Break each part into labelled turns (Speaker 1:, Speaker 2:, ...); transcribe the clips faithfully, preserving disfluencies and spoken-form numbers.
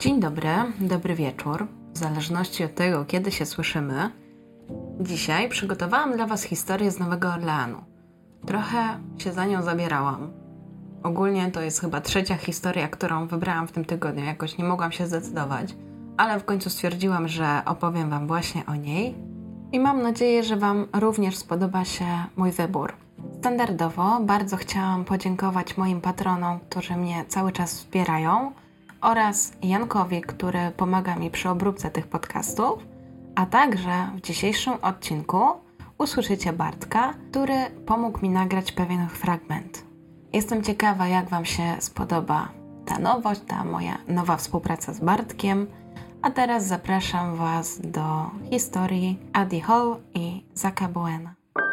Speaker 1: Dzień dobry, dobry wieczór, w zależności od tego, kiedy się słyszymy. Dzisiaj przygotowałam dla Was historię z Nowego Orleanu. Trochę się za nią zabierałam. Ogólnie to jest chyba trzecia historia, którą wybrałam w tym tygodniu, jakoś nie mogłam się zdecydować, ale w końcu stwierdziłam, że opowiem Wam właśnie o niej i mam nadzieję, że Wam również spodoba się mój wybór. Standardowo bardzo chciałam podziękować moim patronom, którzy mnie cały czas wspierają, oraz Jankowi, który pomaga mi przy obróbce tych podcastów, a także w dzisiejszym odcinku usłyszycie Bartka, który pomógł mi nagrać pewien fragment. Jestem ciekawa, jak Wam się spodoba ta nowość, ta moja nowa współpraca z Bartkiem, a teraz zapraszam Was do historii Addie Hall i Zacka Bowena.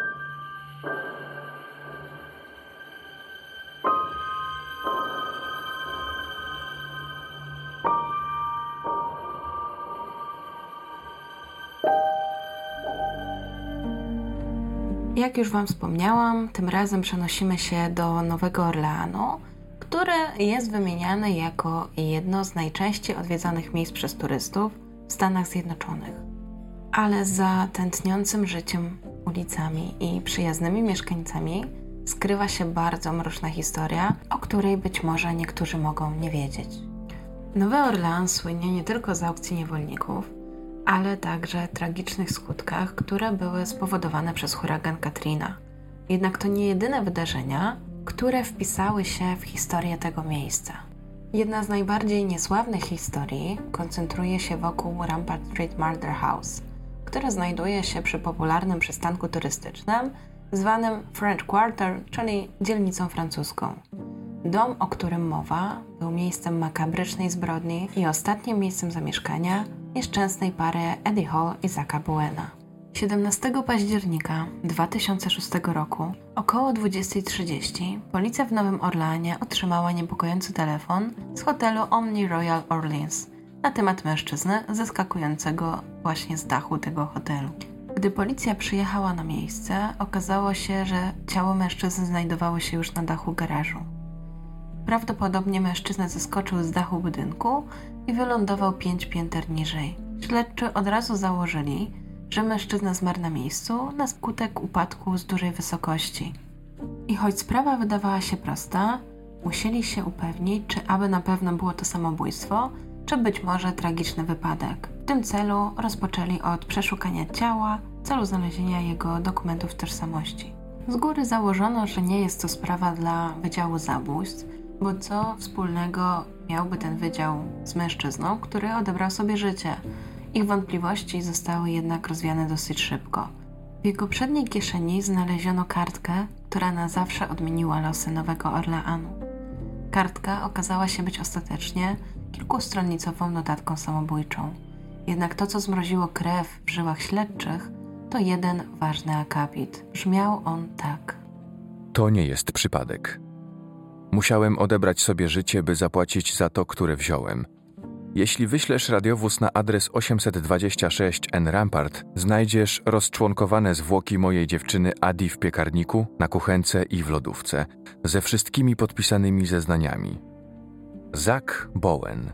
Speaker 1: Jak już Wam wspomniałam, tym razem przenosimy się do Nowego Orleanu, który jest wymieniany jako jedno z najczęściej odwiedzanych miejsc przez turystów w Stanach Zjednoczonych. Ale za tętniącym życiem, ulicami i przyjaznymi mieszkańcami skrywa się bardzo mroczna historia, o której być może niektórzy mogą nie wiedzieć. Nowy Orlean słynie nie tylko z aukcji niewolników, ale także tragicznych skutkach, które były spowodowane przez huragan Katrina. Jednak to nie jedyne wydarzenia, które wpisały się w historię tego miejsca. Jedna z najbardziej niesławnych historii koncentruje się wokół Rampart Street Murder House, które znajduje się przy popularnym przystanku turystycznym zwanym French Quarter, czyli dzielnicą francuską. Dom, o którym mowa, był miejscem makabrycznej zbrodni i ostatnim miejscem zamieszkania nieszczęsnej pary Addie Hall i Zacka Bowena. siedemnastego października dwa tysiące szóstego roku około dwudziesta trzydzieści policja w Nowym Orleanie otrzymała niepokojący telefon z hotelu Omni Royal Orleans na temat mężczyzny zeskakującego właśnie z dachu tego hotelu. Gdy policja przyjechała na miejsce, okazało się, że ciało mężczyzny znajdowało się już na dachu garażu. Prawdopodobnie mężczyzna zeskoczył z dachu budynku i wylądował pięć pięter niżej. Śledczy od razu założyli, że mężczyzna zmarł na miejscu na skutek upadku z dużej wysokości. I choć sprawa wydawała się prosta, musieli się upewnić, czy aby na pewno było to samobójstwo, czy być może tragiczny wypadek. W tym celu rozpoczęli od przeszukania ciała w celu znalezienia jego dokumentów tożsamości. Z góry założono, że nie jest to sprawa dla Wydziału Zabójstw, bo co wspólnego miałby ten wydział z mężczyzną, który odebrał sobie życie. Ich wątpliwości zostały jednak rozwiane dosyć szybko. W jego przedniej kieszeni znaleziono kartkę, która na zawsze odmieniła losy Nowego Orleanu. Kartka okazała się być ostatecznie kilkustronicową notatką samobójczą. Jednak to, co zmroziło krew w żyłach śledczych, to jeden ważny akapit. Brzmiał on tak.
Speaker 2: To nie jest przypadek. Musiałem odebrać sobie życie, by zapłacić za to, które wziąłem. Jeśli wyślesz radiowóz na adres osiemset dwadzieścia sześć N Rampart, znajdziesz rozczłonkowane zwłoki mojej dziewczyny Addie w piekarniku, na kuchence i w lodówce, ze wszystkimi podpisanymi zeznaniami. Zack Bowen.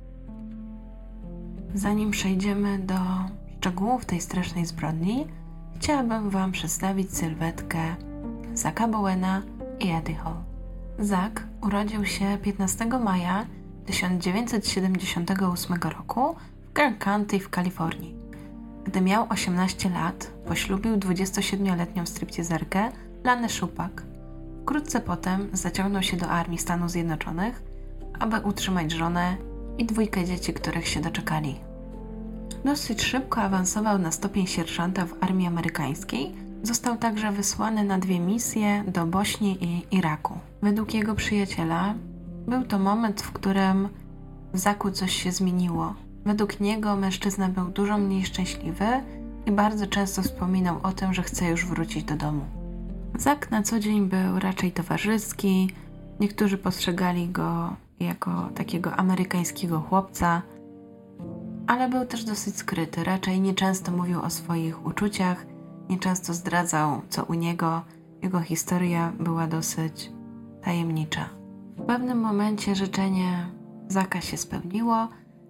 Speaker 1: Zanim przejdziemy do szczegółów tej strasznej zbrodni, chciałabym Wam przedstawić sylwetkę Zacka Bowena i Addie Hall. Zack urodził się piętnastego maja tysiąc dziewięćset siedemdziesiątego ósmego roku w Kern County w Kalifornii. Gdy miał osiemnaście lat, poślubił dwudziestosiedmioletnią stripteaserkę Lannę Szupak. Wkrótce potem zaciągnął się do armii Stanów Zjednoczonych, aby utrzymać żonę i dwójkę dzieci, których się doczekali. Dosyć szybko awansował na stopień sierżanta w armii amerykańskiej. Został także wysłany na dwie misje do Bośni i Iraku. Według jego przyjaciela był to moment, w którym w Zacku coś się zmieniło. Według niego mężczyzna był dużo mniej szczęśliwy i bardzo często wspominał o tym, że chce już wrócić do domu. Zack na co dzień był raczej towarzyski, niektórzy postrzegali go jako takiego amerykańskiego chłopca, ale był też dosyć skryty, raczej nieczęsto mówił o swoich uczuciach, nieczęsto zdradzał, co u niego. Jego historia była dosyć tajemnicza. W pewnym momencie życzenie Zacka się spełniło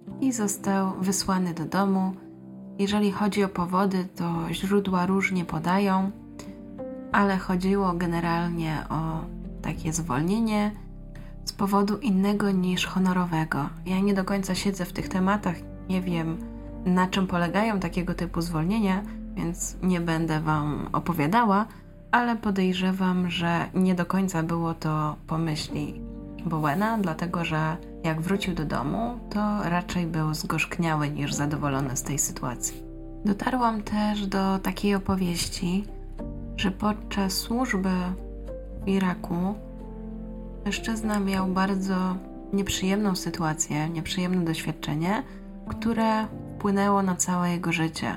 Speaker 1: i został wysłany do domu. Jeżeli chodzi o powody, to źródła różnie podają, ale chodziło generalnie o takie zwolnienie z powodu innego niż honorowego. Ja nie do końca siedzę w tych tematach, nie wiem, na czym polegają takiego typu zwolnienia, więc nie będę Wam opowiadała, ale podejrzewam, że nie do końca było to po myśli Bowena, dlatego że jak wrócił do domu, to raczej był zgorzkniały niż zadowolony z tej sytuacji. Dotarłam też do takiej opowieści, że podczas służby w Iraku mężczyzna miał bardzo nieprzyjemną sytuację, nieprzyjemne doświadczenie, które wpłynęło na całe jego życie.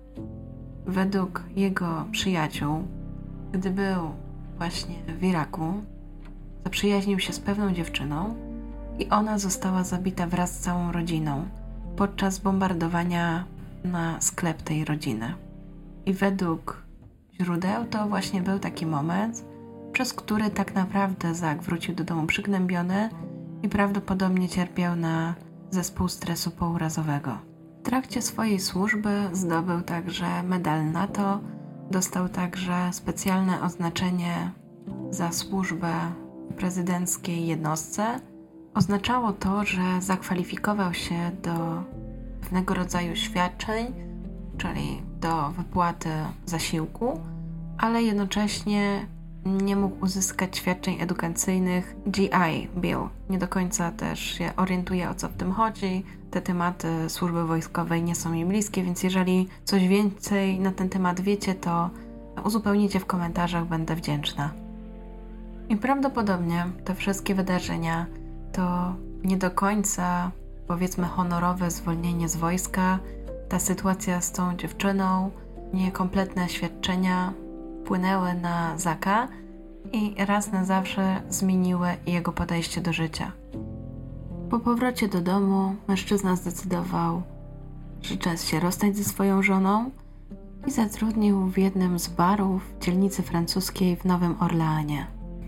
Speaker 1: Według jego przyjaciół, gdy był właśnie w Iraku, zaprzyjaźnił się z pewną dziewczyną i ona została zabita wraz z całą rodziną podczas bombardowania na sklep tej rodziny. I według źródeł to właśnie był taki moment, przez który tak naprawdę Zak wrócił do domu przygnębiony i prawdopodobnie cierpiał na zespół stresu pourazowego. W trakcie swojej służby zdobył także medal NATO, dostał także specjalne oznaczenie za służbę w prezydenckiej jednostce. Oznaczało to, że zakwalifikował się do pewnego rodzaju świadczeń, czyli do wypłaty zasiłku, ale jednocześnie nie mógł uzyskać świadczeń edukacyjnych G I Bill. Nie do końca też się orientuję, o co w tym chodzi. Te tematy służby wojskowej nie są mi bliskie, więc jeżeli coś więcej na ten temat wiecie, to uzupełnijcie w komentarzach, będę wdzięczna. I prawdopodobnie te wszystkie wydarzenia to nie do końca, powiedzmy, honorowe zwolnienie z wojska, ta sytuacja z tą dziewczyną, niekompletne świadczenia wpłynęły na Zaka i raz na zawsze zmieniły jego podejście do życia. Po powrocie do domu mężczyzna zdecydował, że czas się rozstać ze swoją żoną i zatrudnił w jednym z barów w dzielnicy francuskiej w Nowym Orleanie.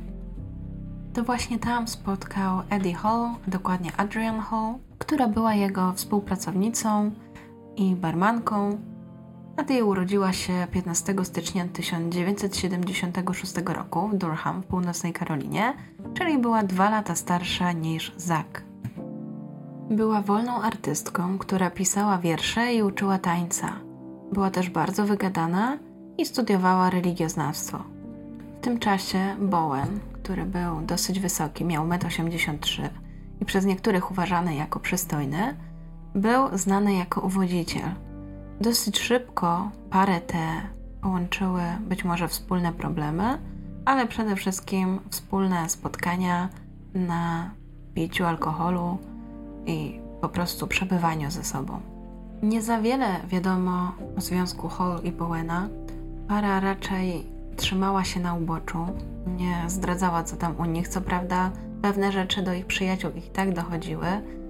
Speaker 1: To właśnie tam spotkał Eddie Hall, dokładnie Adrienne Hall, która była jego współpracownicą i barmanką. Eddie urodziła się piętnastego stycznia tysiąc dziewięćset siedemdziesiątego szóstego roku w Durham w północnej Karolinie, czyli była dwa lata starsza niż Zak. Była wolną artystką, która pisała wiersze i uczyła tańca. Była też bardzo wygadana i studiowała religioznawstwo. W tym czasie Bowen, który był dosyć wysoki, miał metr osiemdziesiąt trzy i przez niektórych uważany jako przystojny, był znany jako uwodziciel. Dosyć szybko parę tę połączyły być może wspólne problemy, ale przede wszystkim wspólne spotkania na piciu alkoholu i po prostu przebywaniu ze sobą. Nie za wiele wiadomo o związku Hall i Bowena. Para raczej trzymała się na uboczu, nie zdradzała, co tam u nich. Co prawda pewne rzeczy do ich przyjaciół ich tak dochodziły,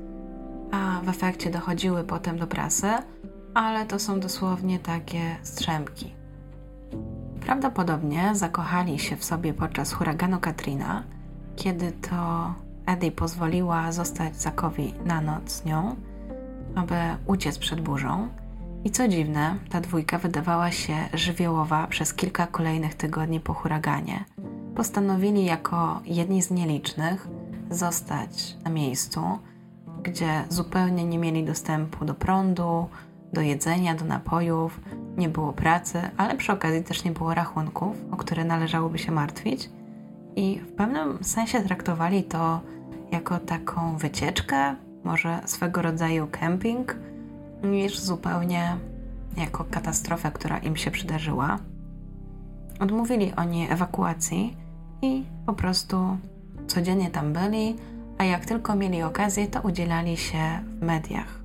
Speaker 1: a w efekcie dochodziły potem do prasy, ale to są dosłownie takie strzępki. Prawdopodobnie zakochali się w sobie podczas huraganu Katrina, kiedy to Eddie pozwoliła zostać Zakowi na noc z nią, aby uciec przed burzą. I co dziwne, ta dwójka wydawała się żywiołowa przez kilka kolejnych tygodni po huraganie. Postanowili jako jedni z nielicznych zostać na miejscu, gdzie zupełnie nie mieli dostępu do prądu, do jedzenia, do napojów, nie było pracy, ale przy okazji też nie było rachunków, o które należałoby się martwić. I w pewnym sensie traktowali to jako taką wycieczkę, może swego rodzaju camping, niż zupełnie jako katastrofę, która im się przydarzyła. Odmówili oni ewakuacji i po prostu codziennie tam byli, a jak tylko mieli okazję, to udzielali się w mediach.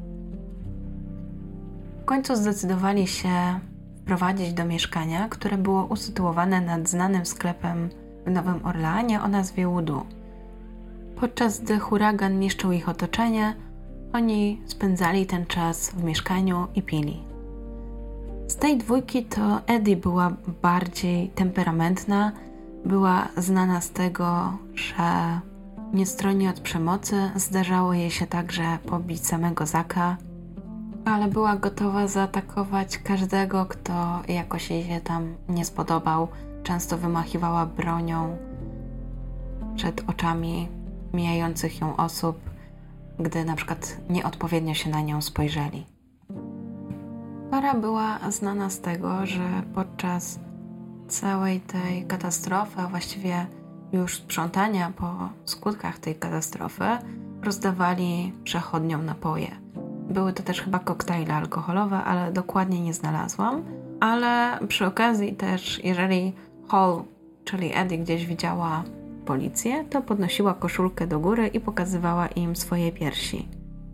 Speaker 1: W końcu zdecydowali się wprowadzić do mieszkania, które było usytuowane nad znanym sklepem w Nowym Orleanie o nazwie Voodoo. Podczas gdy huragan niszczył ich otoczenie, oni spędzali ten czas w mieszkaniu i pili. Z tej dwójki to Eddie była bardziej temperamentna, była znana z tego, że Nie stroni od przemocy, zdarzało jej się także pobić samego Zacka, ale była gotowa zaatakować każdego, kto jakoś jej się tam nie spodobał. Często wymachiwała bronią przed oczami mijających ją osób, gdy na przykład nieodpowiednio się na nią spojrzeli. Para była znana z tego, że podczas całej tej katastrofy, a właściwie już sprzątania po skutkach tej katastrofy, rozdawali przechodniom napoje. Były to też chyba koktajle alkoholowe, ale dokładnie nie znalazłam. Ale przy okazji też, jeżeli Hall, czyli Eddie, gdzieś widziała policję, to podnosiła koszulkę do góry i pokazywała im swoje piersi.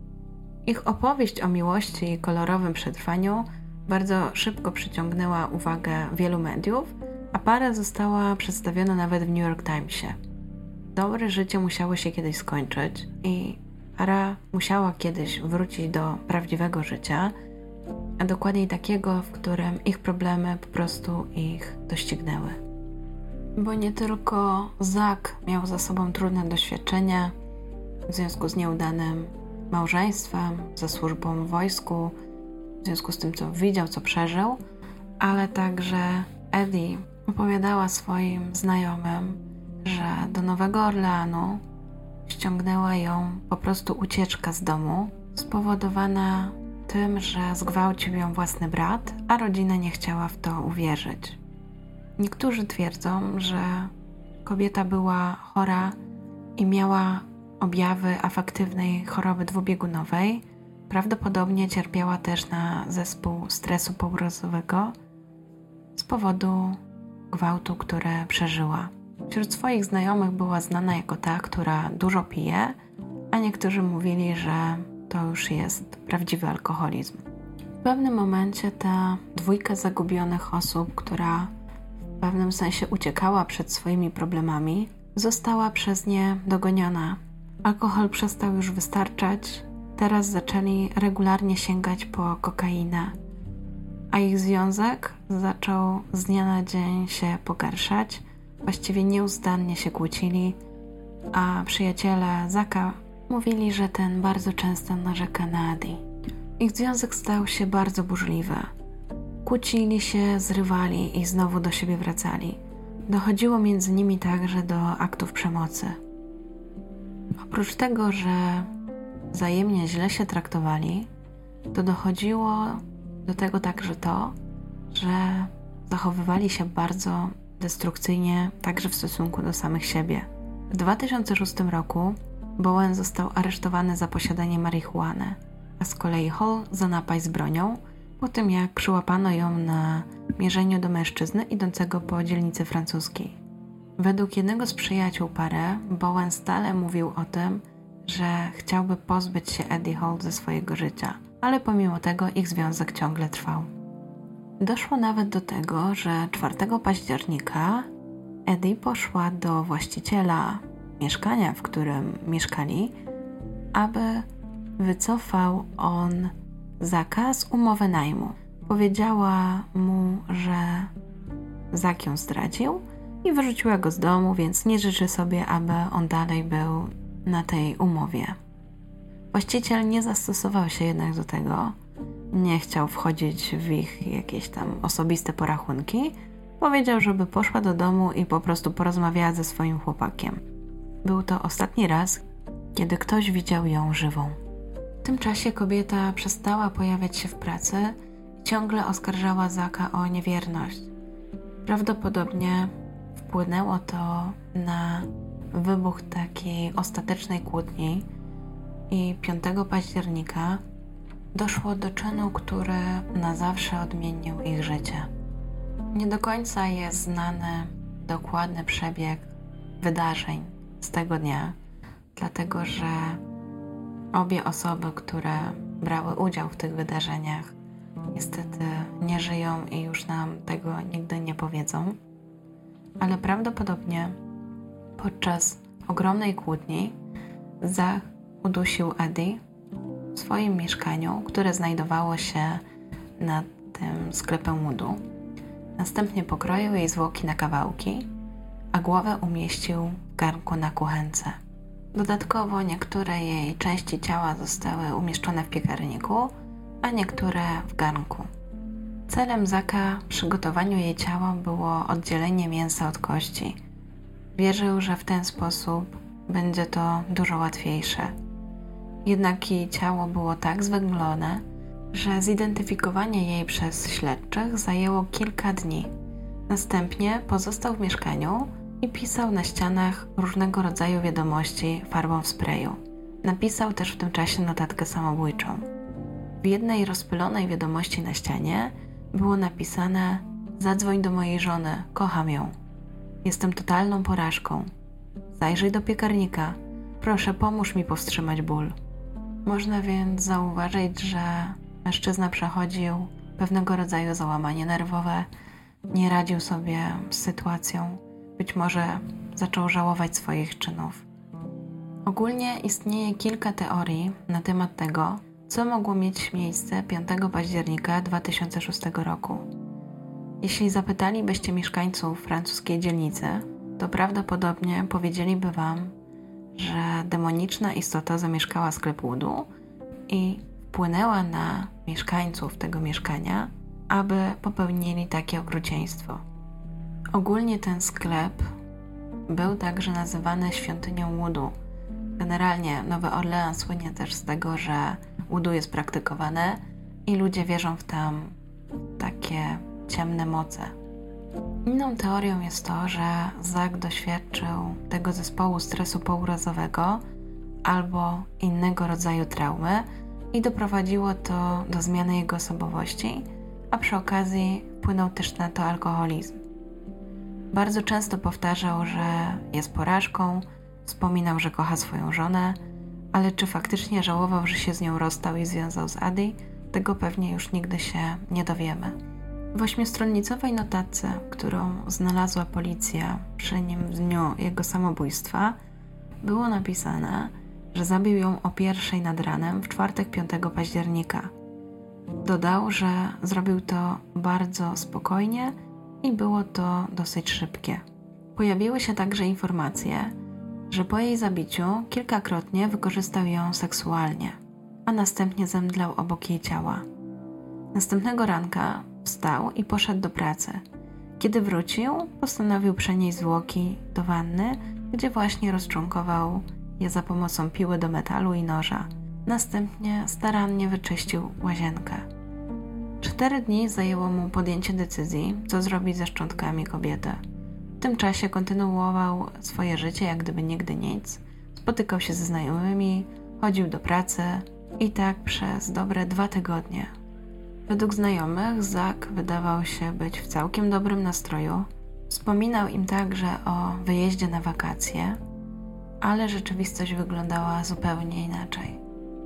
Speaker 1: Ich opowieść o miłości i kolorowym przetrwaniu bardzo szybko przyciągnęła uwagę wielu mediów, a para została przedstawiona nawet w New York Timesie. Dobre życie musiało się kiedyś skończyć i para musiała kiedyś wrócić do prawdziwego życia, a dokładniej takiego, w którym ich problemy po prostu ich doścignęły. Bo nie tylko Zack miał za sobą trudne doświadczenia w związku z nieudanym małżeństwem, ze służbą w wojsku, w związku z tym, co widział, co przeżył, ale także Eddie opowiadała swoim znajomym, że do Nowego Orleanu ściągnęła ją po prostu ucieczka z domu, spowodowana tym, że zgwałcił ją własny brat, a rodzina nie chciała w to uwierzyć. Niektórzy twierdzą, że kobieta była chora i miała objawy afektywnej choroby dwubiegunowej. Prawdopodobnie cierpiała też na zespół stresu pourazowego z powodu gwałtu, który przeżyła. Wśród swoich znajomych była znana jako ta, która dużo pije, a niektórzy mówili, że to już jest prawdziwy alkoholizm. W pewnym momencie ta dwójka zagubionych osób, która w pewnym sensie uciekała przed swoimi problemami, została przez nie dogoniona. Alkohol przestał już wystarczać, teraz zaczęli regularnie sięgać po kokainę, a ich związek zaczął z dnia na dzień się pogarszać. Właściwie nieustannie się kłócili, a przyjaciele Zacka mówili, że ten bardzo często narzeka na Eddie. Ich związek stał się bardzo burzliwy. Kłócili się, zrywali i znowu do siebie wracali. Dochodziło między nimi także do aktów przemocy. Oprócz tego, że wzajemnie źle się traktowali, to dochodziło do tego także to, że zachowywali się bardzo destrukcyjnie także w stosunku do samych siebie. W dwa tysiące szóstym roku Bowen został aresztowany za posiadanie marihuany, a z kolei Hall za napaść z bronią, po tym jak przyłapano ją na mierzeniu do mężczyzny idącego po dzielnicy francuskiej. Według jednego z przyjaciół pary, Bowen stale mówił o tym, że chciałby pozbyć się Eddie Hall ze swojego życia, ale pomimo tego ich związek ciągle trwał. Doszło nawet do tego, że czwartego października Eddie poszła do właściciela mieszkania, w którym mieszkali, aby wycofał on zakaz umowy najmu. Powiedziała mu, że Zack ją zdradził i wyrzuciła go z domu, więc nie życzy sobie, aby on dalej był na tej umowie. Właściciel nie zastosował się jednak do tego, nie chciał wchodzić w ich jakieś tam osobiste porachunki. Powiedział, żeby poszła do domu i po prostu porozmawiała ze swoim chłopakiem. Był to ostatni raz, kiedy ktoś widział ją żywą. W tym czasie kobieta przestała pojawiać się w pracy i ciągle oskarżała Zacka o niewierność. Prawdopodobnie wpłynęło to na wybuch takiej ostatecznej kłótni i piątego października doszło do czynu, który na zawsze odmienił ich życie. Nie do końca jest znany dokładny przebieg wydarzeń z tego dnia, dlatego że obie osoby, które brały udział w tych wydarzeniach, niestety nie żyją i już nam tego nigdy nie powiedzą. Ale prawdopodobnie podczas ogromnej kłótni Zack udusił Eddie w swoim mieszkaniu, które znajdowało się nad tym sklepem łudu. Następnie pokroił jej zwłoki na kawałki, a głowę umieścił w garnku na kuchence. Dodatkowo niektóre jej części ciała zostały umieszczone w piekarniku, a niektóre w garnku. Celem Zacka przy gotowaniu jej ciała było oddzielenie mięsa od kości. Wierzył, że w ten sposób będzie to dużo łatwiejsze. Jednak jej ciało było tak zwęglone, że zidentyfikowanie jej przez śledczych zajęło kilka dni. Następnie pozostał w mieszkaniu i pisał na ścianach różnego rodzaju wiadomości farbą w sprayu. Napisał też w tym czasie notatkę samobójczą. W jednej rozpylonej wiadomości na ścianie było napisane: zadzwoń do mojej żony, kocham ją. Jestem totalną porażką. Zajrzyj do piekarnika. Proszę, pomóż mi powstrzymać ból. Można więc zauważyć, że mężczyzna przechodził pewnego rodzaju załamanie nerwowe, nie radził sobie z sytuacją, być może zaczął żałować swoich czynów. Ogólnie istnieje kilka teorii na temat tego, co mogło mieć miejsce piątego października dwa tysiące szóstego roku. Jeśli zapytalibyście mieszkańców francuskiej dzielnicy, to prawdopodobnie powiedzieliby wam, że demoniczna istota zamieszkała sklep Woodu i wpłynęła na mieszkańców tego mieszkania, aby popełnili takie okrucieństwo. Ogólnie ten sklep był także nazywany świątynią Woodu. Generalnie Nowy Orlean słynie też z tego, że Woodu jest praktykowane i ludzie wierzą w tam takie ciemne moce. Inną teorią jest to, że Zack doświadczył tego zespołu stresu pourazowego albo innego rodzaju traumy i doprowadziło to do zmiany jego osobowości, a przy okazji wpłynął też na to alkoholizm. Bardzo często powtarzał, że jest porażką, wspominał, że kocha swoją żonę, ale czy faktycznie żałował, że się z nią rozstał i związał z Addie, tego pewnie już nigdy się nie dowiemy. W ośmiostronicowej notatce, którą znalazła policja przy nim w dniu jego samobójstwa, było napisane, że zabił ją o pierwszej nad ranem w czwartek piątego października. Dodał, że zrobił to bardzo spokojnie i było to dosyć szybkie. Pojawiły się także informacje, że po jej zabiciu kilkakrotnie wykorzystał ją seksualnie, a następnie zemdlał obok jej ciała. Następnego ranka wstał i poszedł do pracy. Kiedy wrócił, postanowił przenieść zwłoki do wanny, gdzie właśnie rozczłonkował je za pomocą piły do metalu i noża. Następnie starannie wyczyścił łazienkę. Cztery dni zajęło mu podjęcie decyzji, co zrobić ze szczątkami kobiety. W tym czasie kontynuował swoje życie, jak gdyby nigdy nic. Spotykał się ze znajomymi, chodził do pracy i tak przez dobre dwa tygodnie. Według znajomych Zack wydawał się być w całkiem dobrym nastroju. Wspominał im także o wyjeździe na wakacje, ale rzeczywistość wyglądała zupełnie inaczej.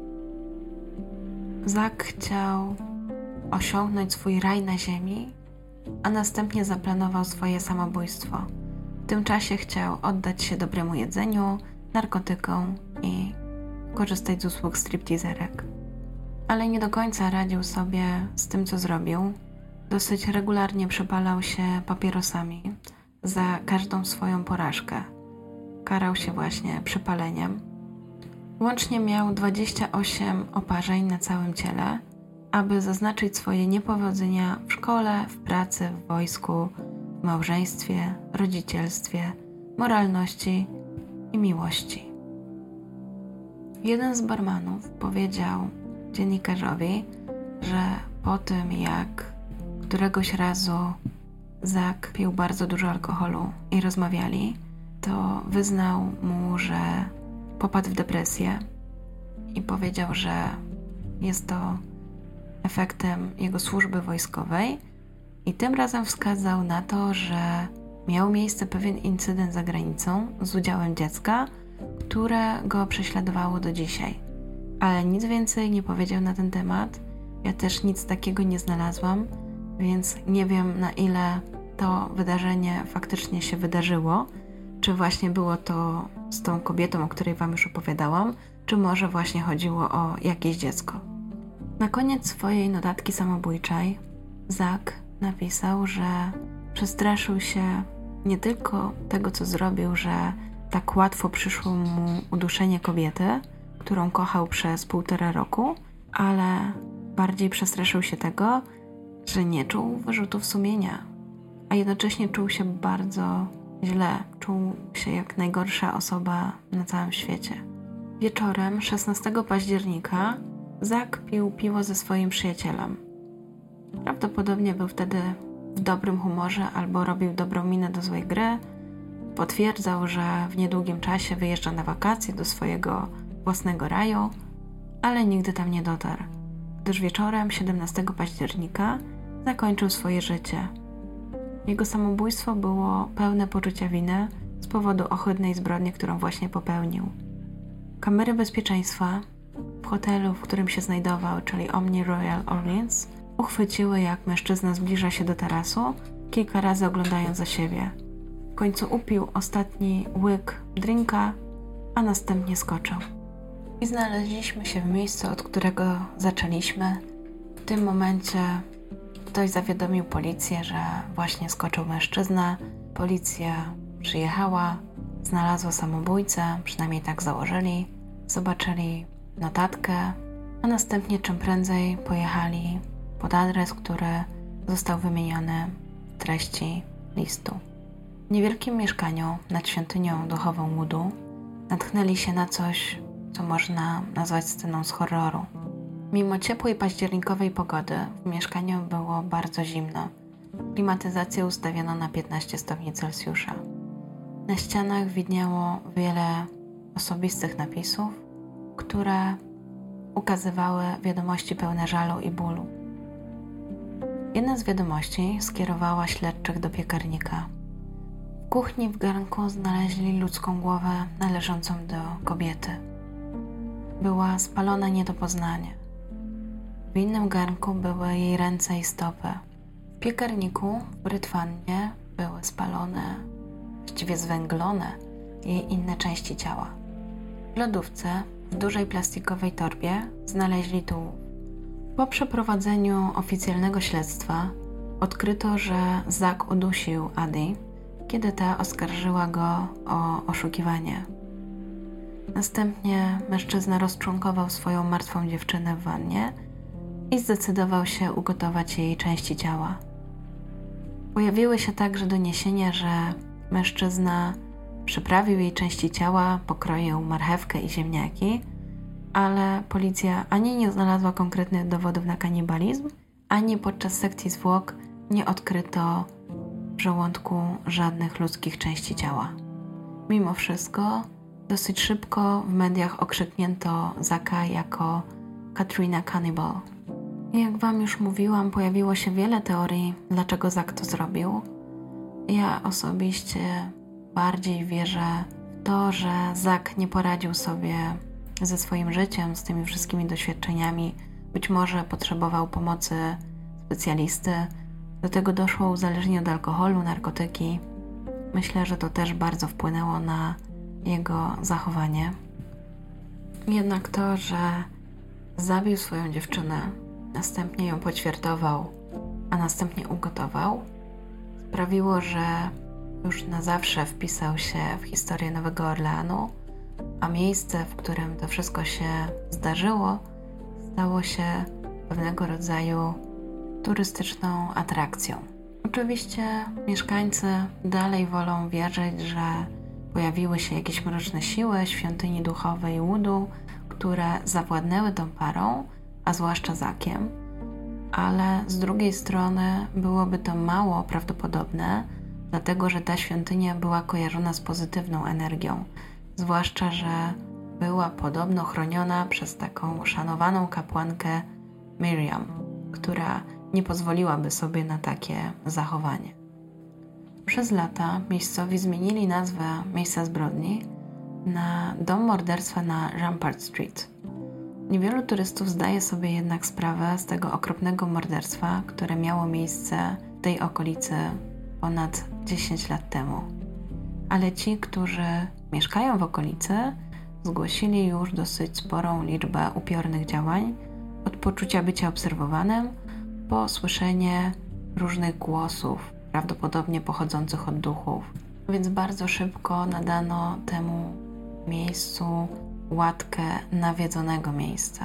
Speaker 1: Zack chciał osiągnąć swój raj na ziemi, a następnie zaplanował swoje samobójstwo. W tym czasie chciał oddać się dobremu jedzeniu, narkotykom i korzystać z usług stripteaserek. Ale nie do końca radził sobie z tym, co zrobił. Dosyć regularnie przepalał się papierosami za każdą swoją porażkę. Karał się właśnie przypaleniem. Łącznie miał dwadzieścia osiem oparzeń na całym ciele, aby zaznaczyć swoje niepowodzenia w szkole, w pracy, w wojsku, w małżeństwie, rodzicielstwie, moralności i miłości. Jeden z barmanów powiedział dziennikarzowi, że po tym, jak któregoś razu Zack pił bardzo dużo alkoholu i rozmawiali, to wyznał mu, że popadł w depresję i powiedział, że jest to efektem jego służby wojskowej i tym razem wskazał na to, że miał miejsce pewien incydent za granicą z udziałem dziecka, które go prześladowało do dzisiaj. Ale nic więcej nie powiedział na ten temat. Ja też nic takiego nie znalazłam, więc nie wiem, na ile to wydarzenie faktycznie się wydarzyło. Czy właśnie było to z tą kobietą, o której wam już opowiadałam, czy może właśnie chodziło o jakieś dziecko. Na koniec swojej notatki samobójczej Zack napisał, że przestraszył się nie tylko tego, co zrobił, że tak łatwo przyszło mu uduszenie kobiety, którą kochał przez półtora roku, ale bardziej przestraszył się tego, że nie czuł wyrzutów sumienia, a jednocześnie czuł się bardzo źle, czuł się jak najgorsza osoba na całym świecie. Wieczorem szesnastego października Zak pił piwo ze swoim przyjacielem. Prawdopodobnie był wtedy w dobrym humorze albo robił dobrą minę do złej gry. Potwierdzał, że w niedługim czasie wyjeżdża na wakacje do swojego własnego raju, ale nigdy tam nie dotarł, gdyż wieczorem siedemnastego października zakończył swoje życie. Jego samobójstwo było pełne poczucia winy z powodu ohydnej zbrodni, którą właśnie popełnił. Kamery bezpieczeństwa w hotelu, w którym się znajdował, czyli Omni Royal Orleans, uchwyciły, jak mężczyzna zbliża się do tarasu, kilka razy oglądając za siebie. W końcu upił ostatni łyk drinka, a następnie skoczył. I znaleźliśmy się w miejscu, od którego zaczęliśmy. W tym momencie ktoś zawiadomił policję, że właśnie skoczył mężczyzna. Policja przyjechała, znalazła samobójcę, przynajmniej tak założyli. Zobaczyli notatkę, a następnie czym prędzej pojechali pod adres, który został wymieniony w treści listu. W niewielkim mieszkaniu nad świątynią duchową Voodoo natchnęli się na coś, co można nazwać sceną z horroru. Mimo ciepłej październikowej pogody w mieszkaniu było bardzo zimno. Klimatyzację ustawiono na piętnaście stopni Celsjusza. Na ścianach widniało wiele osobistych napisów, które ukazywały wiadomości pełne żalu i bólu. Jedna z wiadomości skierowała śledczych do piekarnika. W kuchni w garnku znaleźli ludzką głowę należącą do kobiety. Była spalona nie do poznania. W innym garnku były jej ręce i stopy. W piekarniku w brytwannie były spalone, właściwie zwęglone jej inne części ciała. W lodówce w dużej plastikowej torbie znaleźli tułów. Po przeprowadzeniu oficjalnego śledztwa odkryto, że Zak udusił Adi, kiedy ta oskarżyła go o oszukiwanie. Następnie mężczyzna rozczłonkował swoją martwą dziewczynę w wannie i zdecydował się ugotować jej części ciała. Pojawiły się także doniesienia, że mężczyzna przyprawił jej części ciała, pokroił marchewkę i ziemniaki, ale policja ani nie znalazła konkretnych dowodów na kanibalizm, ani podczas sekcji zwłok nie odkryto w żołądku żadnych ludzkich części ciała. Mimo wszystko dosyć szybko w mediach okrzyknięto Zaka jako Katrina Cannibal. I jak Wam już mówiłam, pojawiło się wiele teorii, dlaczego Zak to zrobił. Ja osobiście bardziej wierzę w to, że Zak nie poradził sobie ze swoim życiem, z tymi wszystkimi doświadczeniami. Być może potrzebował pomocy specjalisty. Do tego doszło uzależnienie od alkoholu, narkotyki. Myślę, że to też bardzo wpłynęło na jego zachowanie. Jednak to, że zabił swoją dziewczynę, następnie ją poćwiartował, a następnie ugotował, sprawiło, że już na zawsze wpisał się w historię Nowego Orleanu, a miejsce, w którym to wszystko się zdarzyło, stało się pewnego rodzaju turystyczną atrakcją. Oczywiście mieszkańcy dalej wolą wierzyć, że pojawiły się jakieś mroczne siły świątyni duchowej Voodoo, które zawładnęły tą parą, a zwłaszcza Zakiem, ale z drugiej strony byłoby to mało prawdopodobne, dlatego że ta świątynia była kojarzona z pozytywną energią, zwłaszcza że była podobno chroniona przez taką szanowaną kapłankę Miriam, która nie pozwoliłaby sobie na takie zachowanie. Przez lata miejscowi zmienili nazwę miejsca zbrodni na Dom Morderstwa na Rampart Street. Niewielu turystów zdaje sobie jednak sprawę z tego okropnego morderstwa, które miało miejsce w tej okolicy ponad dziesięć lat temu. Ale ci, którzy mieszkają w okolicy, zgłosili już dosyć sporą liczbę upiornych działań, od poczucia bycia obserwowanym po słyszenie różnych głosów, prawdopodobnie pochodzących od duchów. więc bardzo szybko nadano temu miejscu łatkę nawiedzonego miejsca.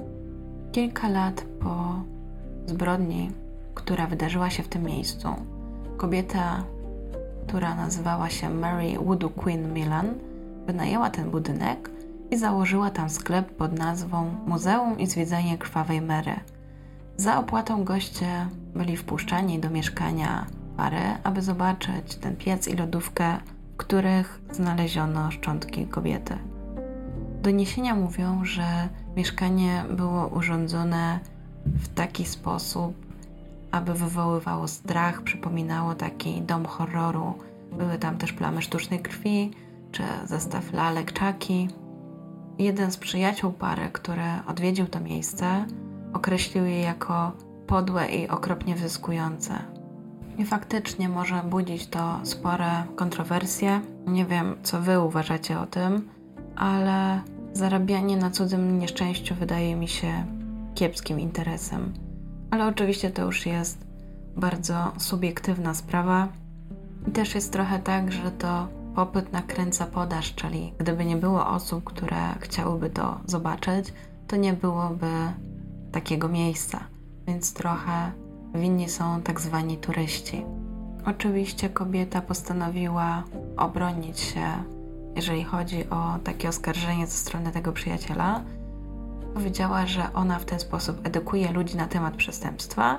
Speaker 1: Kilka lat po zbrodni, która wydarzyła się w tym miejscu, kobieta, która nazywała się Mary Voodoo Queen Milan, wynajęła ten budynek i założyła tam sklep pod nazwą Muzeum i Zwiedzanie Krwawej Mary. Za opłatą goście byli wpuszczani do mieszkania pary, aby zobaczyć ten piec i lodówkę, w których znaleziono szczątki kobiety. Doniesienia mówią, że mieszkanie było urządzone w taki sposób, aby wywoływało strach, przypominało taki dom horroru. Były tam też plamy sztucznej krwi, czy zestaw lalek Chucky. Jeden z przyjaciół pary, który odwiedził to miejsce, określił je jako podłe i okropnie wyzyskujące. I faktycznie może budzić to spore kontrowersje. Nie wiem, co wy uważacie o tym, ale zarabianie na cudzym nieszczęściu wydaje mi się kiepskim interesem. Ale oczywiście to już jest bardzo subiektywna sprawa. I też jest trochę tak, że to popyt nakręca podaż, czyli gdyby nie było osób, które chciałyby to zobaczyć, to nie byłoby takiego miejsca. Więc trochę winni są tak zwani turyści. Oczywiście kobieta postanowiła obronić się, jeżeli chodzi o takie oskarżenie ze strony tego przyjaciela. Powiedziała, że ona w ten sposób edukuje ludzi na temat przestępstwa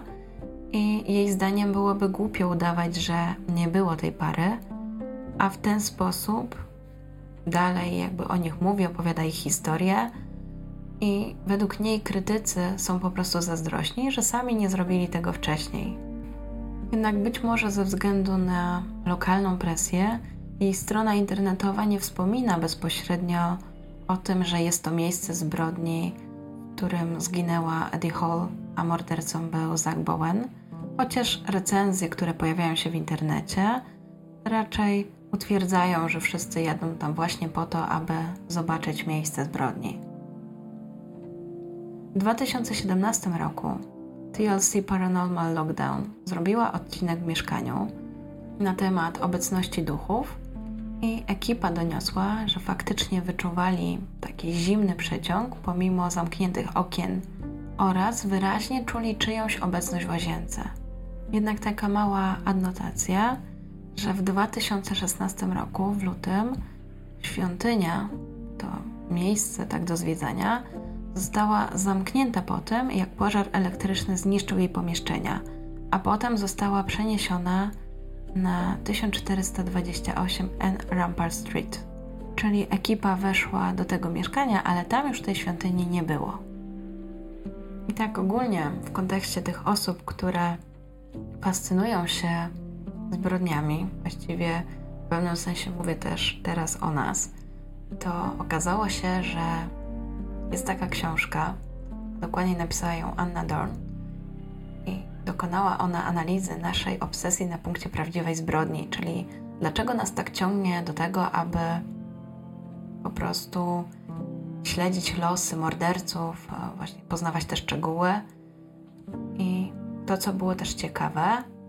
Speaker 1: i jej zdaniem byłoby głupio udawać, że nie było tej pary, a w ten sposób dalej jakby o nich mówi, opowiada ich historię i według niej krytycy są po prostu zazdrośni, że sami nie zrobili tego wcześniej. Jednak być może ze względu na lokalną presję jej strona internetowa nie wspomina bezpośrednio o tym, że jest to miejsce zbrodni, w którym zginęła Eddie Hall, a mordercą był Zach Bowen, chociaż recenzje, które pojawiają się w internecie, raczej utwierdzają, że wszyscy jadą tam właśnie po to, aby zobaczyć miejsce zbrodni. W dwa tysiące siedemnastym roku T L C Paranormal Lockdown zrobiła odcinek w mieszkaniu na temat obecności duchów i ekipa doniosła, że faktycznie wyczuwali taki zimny przeciąg pomimo zamkniętych okien oraz wyraźnie czuli czyjąś obecność w łazience. Jednak taka mała adnotacja, że w dwa tysiące szesnastym roku w lutym świątynia, to miejsce tak do zwiedzania, została zamknięta po tym, jak pożar elektryczny zniszczył jej pomieszczenia, a potem została przeniesiona na tysiąc czterysta dwadzieścia osiem N Rampart Street, czyli ekipa weszła do tego mieszkania, ale tam już tej świątyni nie było. I tak ogólnie w kontekście tych osób, które fascynują się zbrodniami, właściwie w pewnym sensie mówię też teraz o nas, to okazało się, że jest taka książka, dokładnie napisała ją Anna Dorn i dokonała ona analizy naszej obsesji na punkcie prawdziwej zbrodni, czyli dlaczego nas tak ciągnie do tego, aby po prostu śledzić losy morderców, właśnie poznawać te szczegóły. I to, co było też ciekawe,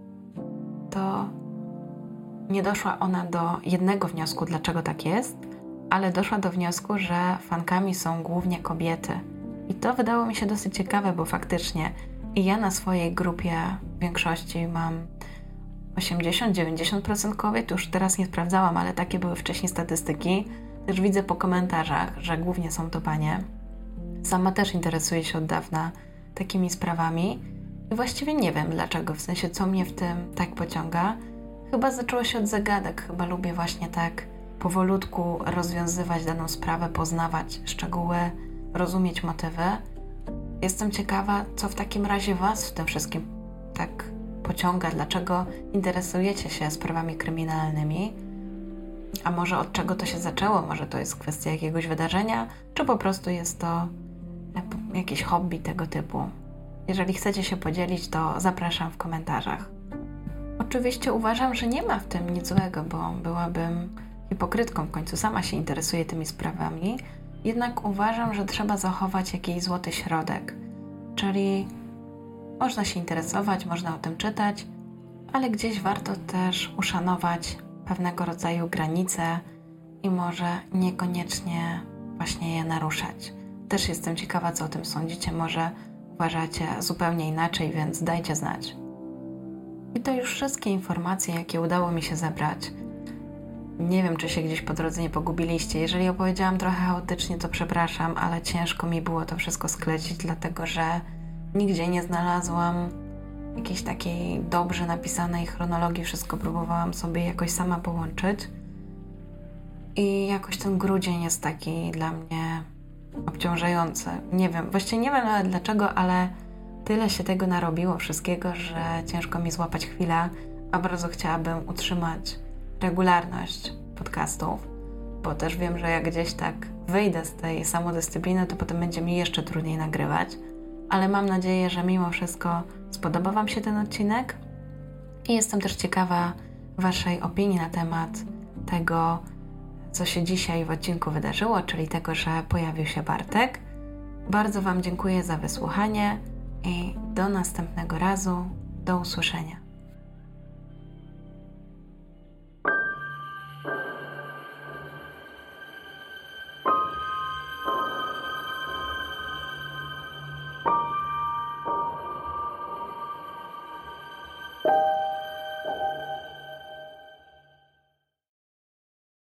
Speaker 1: to nie doszła ona do jednego wniosku, dlaczego tak jest, ale doszła do wniosku, że fankami są głównie kobiety. I to wydało mi się dosyć ciekawe, bo faktycznie i ja na swojej grupie w większości mam osiemdziesiąt do dziewięćdziesięciu procent kobiet, już teraz nie sprawdzałam, ale takie były wcześniej statystyki. Też widzę po komentarzach, że głównie są to panie. Sama też interesuję się od dawna takimi sprawami i właściwie nie wiem dlaczego, w sensie co mnie w tym tak pociąga. Chyba zaczęło się od zagadek, chyba lubię właśnie tak powolutku rozwiązywać daną sprawę, poznawać szczegóły, rozumieć motywy. Jestem ciekawa, co w takim razie was w tym wszystkim tak pociąga, dlaczego interesujecie się sprawami kryminalnymi, a może od czego to się zaczęło, może to jest kwestia jakiegoś wydarzenia, czy po prostu jest to jakieś hobby tego typu. Jeżeli chcecie się podzielić, to zapraszam w komentarzach. Oczywiście uważam, że nie ma w tym nic złego, bo byłabym hipokrytką, w końcu sama się interesuję tymi sprawami, jednak uważam, że trzeba zachować jakiś złoty środek, czyli można się interesować, można o tym czytać, ale gdzieś warto też uszanować pewnego rodzaju granice i może niekoniecznie właśnie je naruszać. Też jestem ciekawa, co o tym sądzicie. Może uważacie zupełnie inaczej, więc dajcie znać. I to już wszystkie informacje, jakie udało mi się zebrać. Nie wiem, czy się gdzieś po drodze nie pogubiliście. Jeżeli opowiedziałam trochę chaotycznie, to przepraszam, ale ciężko mi było to wszystko sklecić, dlatego że nigdzie nie znalazłam jakiejś takiej dobrze napisanej chronologii. Wszystko próbowałam sobie jakoś sama połączyć. I jakoś ten grudzień jest taki dla mnie obciążający. Nie wiem, właściwie nie wiem nawet dlaczego, ale tyle się tego narobiło wszystkiego, że ciężko mi złapać chwilę, a bardzo chciałabym utrzymać regularność podcastów, bo też wiem, że jak gdzieś tak wyjdę z tej samodyscypliny, to potem będzie mi jeszcze trudniej nagrywać, ale mam nadzieję, że mimo wszystko spodoba Wam się ten odcinek i jestem też ciekawa Waszej opinii na temat tego, co się dzisiaj w odcinku wydarzyło, czyli tego, że pojawił się Bartek. Bardzo Wam dziękuję za wysłuchanie i do następnego razu. Do usłyszenia.